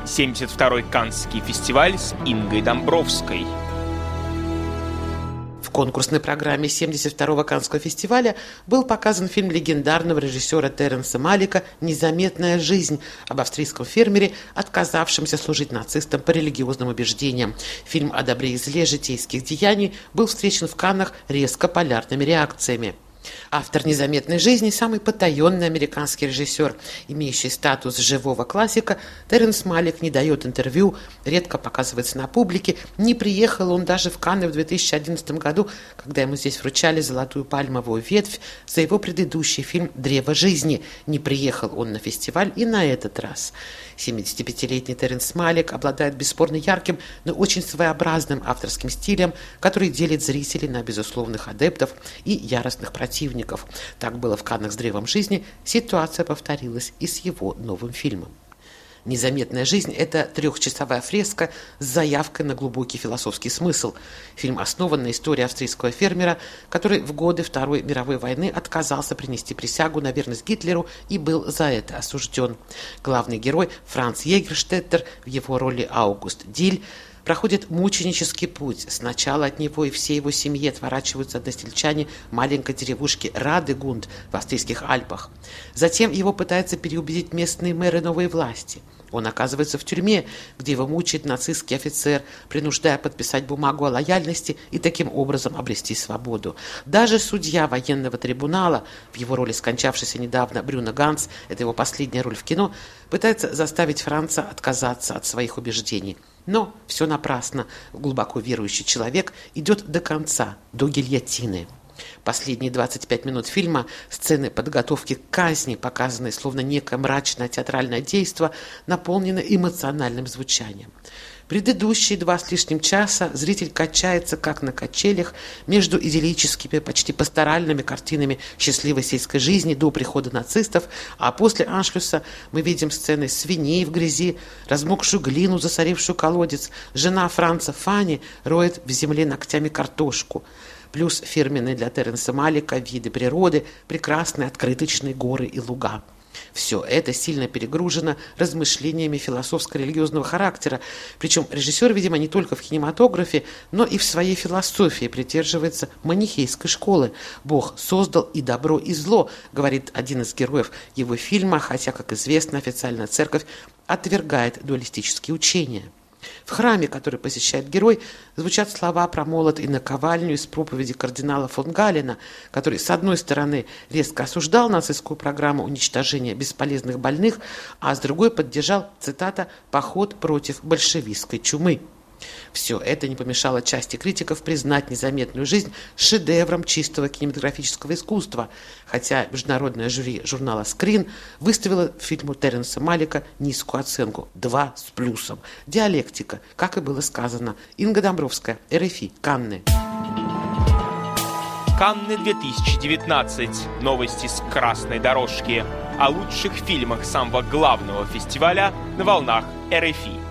72-й Каннский фестиваль с Ингой Домбровской. В конкурсной программе 72-го Каннского фестиваля был показан фильм легендарного режиссера Терренса Малика «Незаметная жизнь» об австрийском фермере, отказавшемся служить нацистам по религиозным убеждениям. Фильм о добре и зле житейских деяний был встречен в Каннах резко полярными реакциями. Автор «Незаметной жизни» – самый потаенный американский режиссер, имеющий статус живого классика. Терренс Малик не дает интервью, редко показывается на публике. Не приехал он даже в Канны в 2011 году, когда ему здесь вручали золотую пальмовую ветвь за его предыдущий фильм «Древо жизни». Не приехал он на фестиваль и на этот раз. 75-летний Терренс Малик обладает бесспорно ярким, но очень своеобразным авторским стилем, который делит зрителей на безусловных адептов и яростных противников. Так было в Каннах с «Древом жизни», ситуация повторилась и с его новым фильмом. «Незаметная жизнь» – это трехчасовая фреска с заявкой на глубокий философский смысл. Фильм основан на истории австрийского фермера, который в годы Второй мировой войны отказался принести присягу на верность Гитлеру и был за это осужден. Главный герой Франц Егерштеттер в его роли Аугуст Диль проходит мученический путь. Сначала от него и всей его семьи отворачиваются односельчане маленькой деревушки Радегунд в австрийских Альпах. Затем его пытаются переубедить местные мэры новой власти. Он оказывается в тюрьме, где его мучает нацистский офицер, принуждая подписать бумагу о лояльности и таким образом обрести свободу. Даже судья военного трибунала, в его роли скончавшийся недавно Брюно Ганс, это его последняя роль в кино, пытается заставить Франца отказаться от своих убеждений. Но все напрасно. Глубоко верующий человек идет до конца, до гильотины. Последние 25 минут фильма – сцены подготовки к казни, показанные словно некое мрачное театральное действо, наполнены эмоциональным звучанием. Предыдущие 2 с лишним часа зритель качается, как на качелях, между идиллическими, почти пасторальными картинами счастливой сельской жизни до прихода нацистов, а после аншлюса мы видим сцены свиней в грязи, размокшую глину, засоревшую колодец. Жена Франца Фанни роет в земле ногтями картошку. Плюс фирменные для Терренса Малика виды природы, прекрасные открыточные горы и луга. Все это сильно перегружено размышлениями философско-религиозного характера, причем режиссер, видимо, не только в кинематографе, но и в своей философии придерживается манихейской школы. «Бог создал и добро, и зло», говорит один из героев его фильма, хотя, как известно, официальная церковь отвергает дуалистические учения. В храме, который посещает герой, звучат слова про молот и наковальню из проповеди кардинала фон Галена, который, с одной стороны, резко осуждал нацистскую программу уничтожения бесполезных больных, а с другой поддержал, цитата, «поход против большевистской чумы». Все это не помешало части критиков признать «Незаметную жизнь» шедевром чистого кинематографического искусства, хотя международное жюри журнала «Скрин» выставило фильму Терренса Малика низкую оценку – 2 с плюсом. Диалектика, как и было сказано. Инга Домбровская, РФИ, Канны. Канны 2019. Новости с красной дорожки. О лучших фильмах самого главного фестиваля на волнах РФИ.